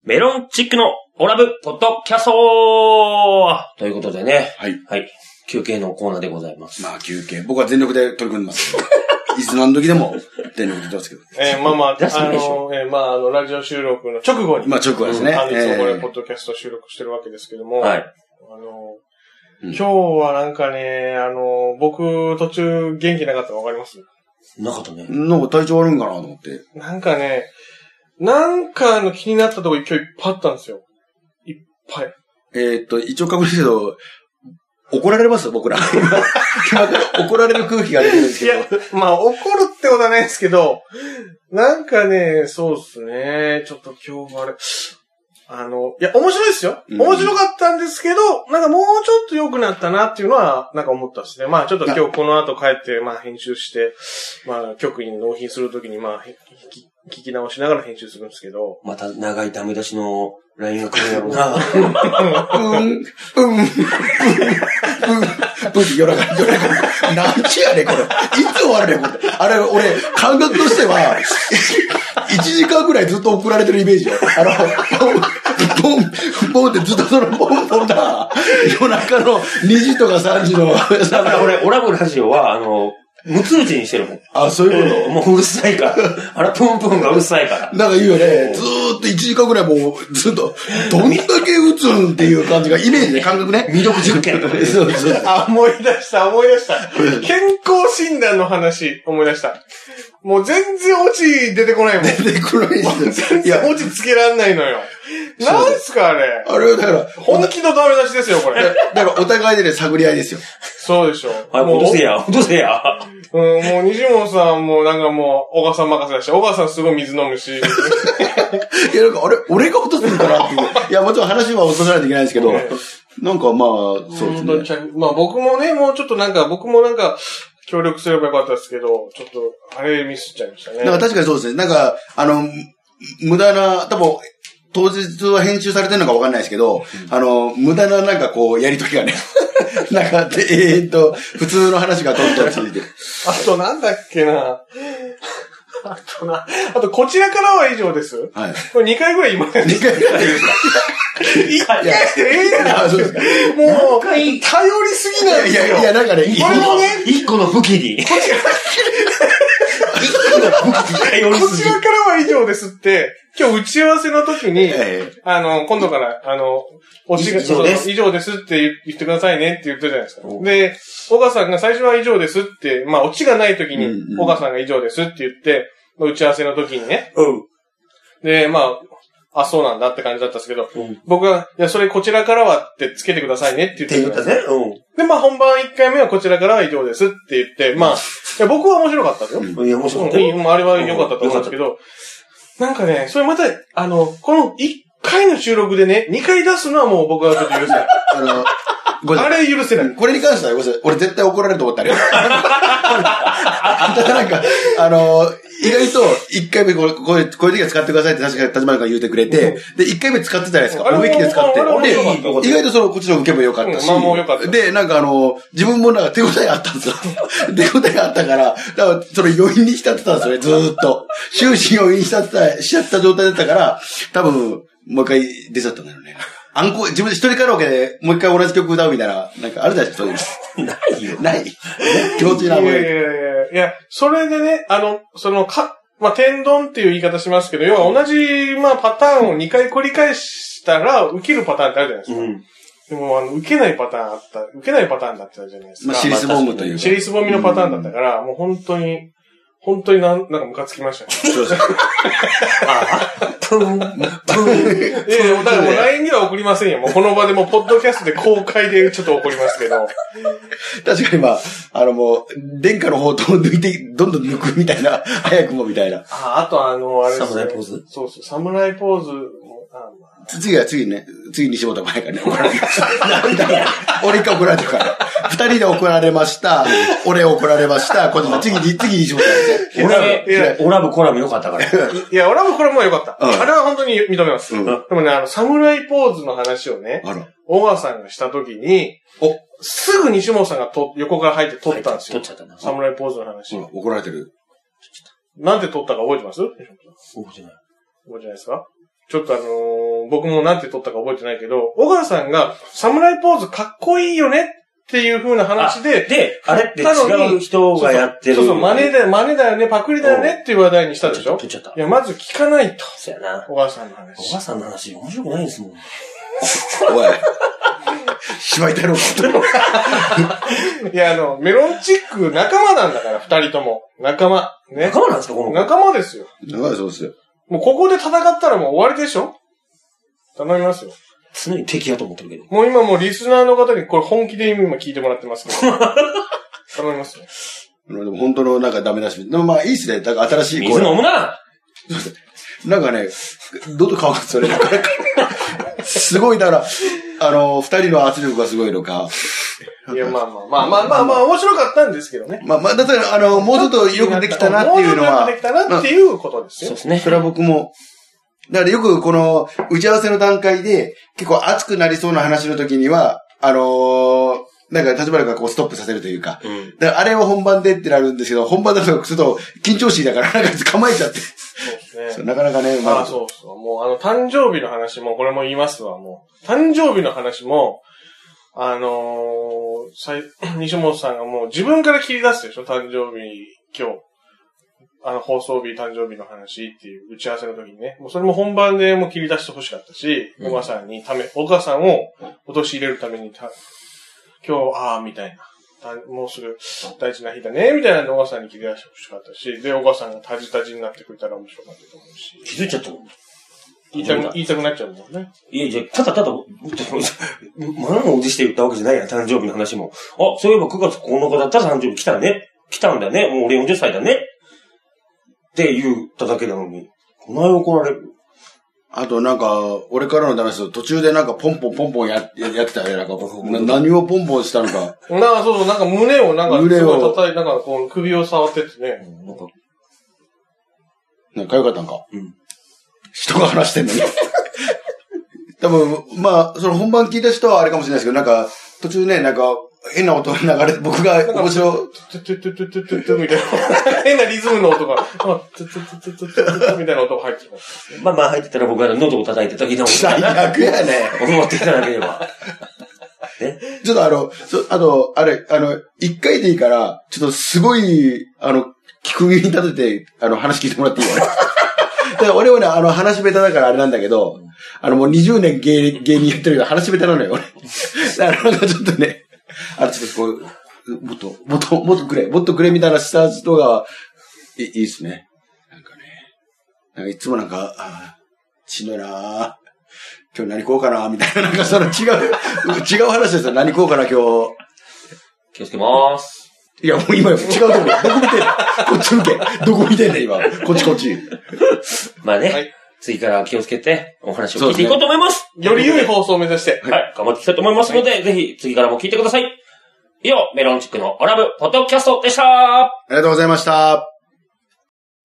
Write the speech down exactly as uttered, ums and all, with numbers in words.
メロンチックのオラブポッドキャストということでね。 はい。 はい。休憩のコーナーでございます。 まあ休憩。僕は全力で取り組んでますけど。いつ何時でも全力で言ってますけど。 えー、まあまあ、あの、えー、まああの、ラジオ収録の直後に。 まあ直後ですね。 本日もこれ、ポッドキャスト収録してるわけですけども。 はい。 あの、うん、今日はなんかね、あの、僕途中元気なかったのわかります？ なかったね。 なんか体調悪いんかなと思って。 なんかね、なんかの気になったところ今日いっぱいあったんですよ。いっぱい。 えー、っと、一応確認してけど、怒られます僕ら。怒られる空気が出てるんですけど。 いや、まあ怒るってことはないですけど、なんかね、そうっすね。ちょっと今日あれ、あの、いや、面白いですよ。面白かったんですけど、うん、なんかもうちょっと良くなったなっていうのは、なんか思ったですね。まあちょっと今日この後帰って、まあ編集して、まあ局に納品するときに、まあ、聞き直しながら編集するんですけど。 また長いダメ出しのラインが来るやろうな。 うん、うん、うん、うん、うん、夜中、夜中、なんちやねん、これ。いつ終わるねん、これ。あれ、俺、感覚としては、いちじかんぐらいずっと送られてるイメージよ。あの、ポン、ポンってずっとそのポンポンが、夜中のにじとかさんじの。 だから俺、オラブラジオは、あの、無通知にしてるもん。 あ、そういうこと、 もううるさいから。あれ、プンプンがうるさいから。 なんか言うよね。ずーっといちじかんぐらいもう、ずっと、どんだけ打つんっていう感じが、イメージで、感覚ね。 未読実験。 そうそう。 あ、思い出した、思い出した。健康診断の話、思い出した。もう全然オチ出てこないもん。 出てこないです。 全然オチつけらんないのよ。なんすか、あれ。 あれはだから、 本気のダメ出しですよ、これ。 だからお互いでね、探り合いですよ。 そうでしょ。 はい、落とせや、落とせや。 うん、もう西本さんもなんかもう、小川さん任せだし、小川さんすごい水飲むし。 いや、なんか、あれ、俺が落とすのかなっていう。いや、もちろん話は落とさないといけないんですけど、なんかまあ、そうですね。 まあ僕もね、もうちょっとなんか、僕もなんか、協力すればよかったですけど、ちょっと、あれミスっちゃいましたね。 なんか確かにそうですね。なんか、あの、無駄な、多分、当日は編集されてるのかわかんないですけど、うん、あの、無駄ななんかこう、やりとりがね、なんか、えーっと、普通の話がどんどん続いて。 あとなんだっけなあとな、あとこちらからは以上です。はい。これにかいぐらい言いました。にかいぐらい言いました。いっかいでええやん。もう、頼りすぎなんですよ。 いやいや、なんかね、 これもね、一個の武器に。こちら、一個の武器に頼りすぎ。 こちらからは以上ですって、今日打ち合わせの時に、あの、今度から、あの、おしが、以上です。以上ですって言ってくださいねって言ったじゃないですか。で、小川さんが最初は以上ですって、まあ、オチがない時に、小川さんが以上ですって言って、打ち合わせの時にね。うん。で、まあ、あ、そうなんだって感じだったんですけど、うん、僕は、いや、それこちらからはってつけてくださいねって言ってください。って言ったね。うん。で、まあ、本番いっかいめはこちらからは以上ですって言って、まあ、いや僕は面白かったですよ。 うん、いや、面白かった。 うん、あれは良かったと思うんですけど、なんかね、それまた、あの、このいっかいの収録でね、にかい出すのはもう僕はちょっと許せない。あの、あれ許せない。 これに関してはごめんなさい。俺絶対怒られると思ったね。あんたなんか、あの、意外といっかいめこう、こういう、こういう時は使ってくださいって確かに立花が言うてくれて、うん、で、いっかいめ使ってたじゃないですか。思い切って使って。で、意外とその、こっちの受けも良かったし。 うん、まあもう良かった。 で、なんかあの、自分もなんか手応えあったんですよ。手応えあったから、だからそれ余韻に浸ってたんですよね、ずーっと。終始余韻に浸ってた、しちゃった状態だったから、多分、もう一回出ちゃったんだよね。アンコ、自分で一人カラオケでもう一回同じ曲歌うみたいな、なんかあるじゃないですか、そういうの。ないよ。 ない。気持ちいいな、 いやいやいやいや。いや、それでね、あの、その、か、まあ、天丼っていう言い方しますけど、要は同じ、まあ、パターンをにかい繰り返したら、受けるパターンってあるじゃないですか。うん。でも、あの、受けないパターンあった、受けないパターンだったじゃないですか。 まあ、シリスボムというか。 シリスボミのパターンだったから、もう本当に、本当になん、なんかムカつきましたね。そうです。ああ、プン、プン。いやいや、だからもう ライン には送りませんよ。もうこの場でもうポッドキャストで公開でちょっと怒りますけど。 確かにまあ、あのもう、殿下の方と抜いて、どんどん抜くみたいな、早くもみたいな。 あ、あとあの、あれですね。侍ポーズそうそう、侍ポーズ。 次は次ね、次西本前からね、怒られます。俺一回怒られてるから。二人で怒られました。俺怒られました。こっちも次、次西本ですね。俺、オラブコラム良かったから。 いや、オラブコラムも良かった。うん、あれは本当に認めます。うん、でもね、あの、侍ポーズの話をね、小川さんがしたときに、お、すぐ西本さんがと横から入って撮ったんですよ。 撮っちゃったな。 侍ポーズの話。 うん、怒られてる。 なんで撮ったか覚えてます？覚えてない。 覚えてないですか？ ちょっとあのー、僕もなんて撮ったか覚えてないけど、小川さんが侍ポーズかっこいいよねっていう風な話で、 で、あれって違う人がやってる。 そうそう、真似だよ、真似だよね、パクリだよねっていう話題にしたでしょ。 撮っちゃった。 いや、まず聞かないと。 そうやな。 小川さんの話。 小川さんの話、面白くないですもん。 おい。しまいたろういや、あの、メロンチック仲間なんだから、二人とも。仲間。ね。 仲間なんですか、この仲間ですよ。 仲間そうですよ。 もうここで戦ったらもう終わりでしょ？頼みますよ。 常に敵やと思ってるけど。 もう今もうリスナーの方にこれ本気で今聞いてもらってますけど。頼みますよ。 でも本当のなんかダメ出し。でもまあいいっすね。だから新しい水飲むななんかね、どんどん乾くそれ。なかなかすごい、だから、あの、二人の圧力がすごいのか。 いや、まあまあまあまあまあまあ、面白かったんですけどね。 まあまあ、だから、あの、もうちょっとよくできたなっていうのは。 もうちょっとよくできたなっていうことですよ。 そうですね。 それは僕も。だからよくこの打ち合わせの段階で結構熱くなりそうな話の時には、あのー、なんか立花がこうストップさせるというか。うん、だからあれは本番でってなるんですけど、本番だとちょっと緊張しいだからなんか構えちゃって。そうですね。なかなかね、 まあそうそう。もうあの誕生日の話も、これも言いますわ、もう。誕生日の話も、あのー、西本さんがもう自分から切り出すでしょ、誕生日、今日。あの、放送日、誕生日の話っていう打ち合わせの時にね。もうそれも本番でもう切り出してほしかったし、小川さんにため、小川さんを落とし入れるためにた、今日、ああ、みたいな。もうすぐ大事な日だね、みたいなのを小川さんに切り出してほしかったし、で、小川さんがタジタジになってくれたら面白かったと思うし。 気づいちゃったもん。 言いたく、言いたくなっちゃうもんね。 いや、じゃただただ、満を持して言ったわけじゃないやん、誕生日の話も。あ、そういえばくがつここのかだったら誕生日来たね。来たんだね。もう俺よんじゅっさいだね。って言っただけなのに、こない怒られる。 あとなんか、俺からのダメです途中でなんかポンポンポンポンややってたね。なんか、な何をポンポンしたのか。 なんかそうそう、なんか胸をなんか、すごい叩いて、なんかこう首を触ってってね。なんか、 なんかよかったんか。 うん。 人が話してんのに。多分、まあ、その本番聞いた人はあれかもしれないですけど、なんか、途中ね、なんか、変な音が流れて、僕が面白い。 トゥトゥトゥトゥトゥトゥトゥみたいな。変なリズムの音が、トゥトゥトゥトゥトゥトゥみたいな音が入ってきます。 まあまあ入ってたら僕は喉を叩いてただけなの最悪やね。 思っていただければ。 ね。ちょっとあの、そあと、あれ、あの、一回でいいから、ちょっとすごい、あの、聞く耳に立てて、あの、話聞いてもらっていいかな。で俺はね、あの、話下手だからあれなんだけど、あの、もうにじゅうねん芸、芸人やってるけど、話下手なのよ、俺。だからなんかちょっとね、あれちょっとこう、もっと、もっと、もっとくれ、もっとくれみたいなした人が、いい、いいっすね。なんかね。なんかいつもなんか、あしんどいなぁ。今日何食おうかなみたいな、なんかその違う、違う話ですよ。何食おうかな今日。 気をつけまーす。 いや、もう今よ、違うところ。どこ見てんのこっち向け。どこ見てんねん、今。こっちこっち。 まあね。はい、次から気をつけて、お話を聞いていこうと思います。 より良い放送を目指して。 はい。頑張っていきたいと思いますので、はい、ぜひ次からも聞いてください。以上、メロンチックのオラブポッドキャストでした。 ありがとうございました。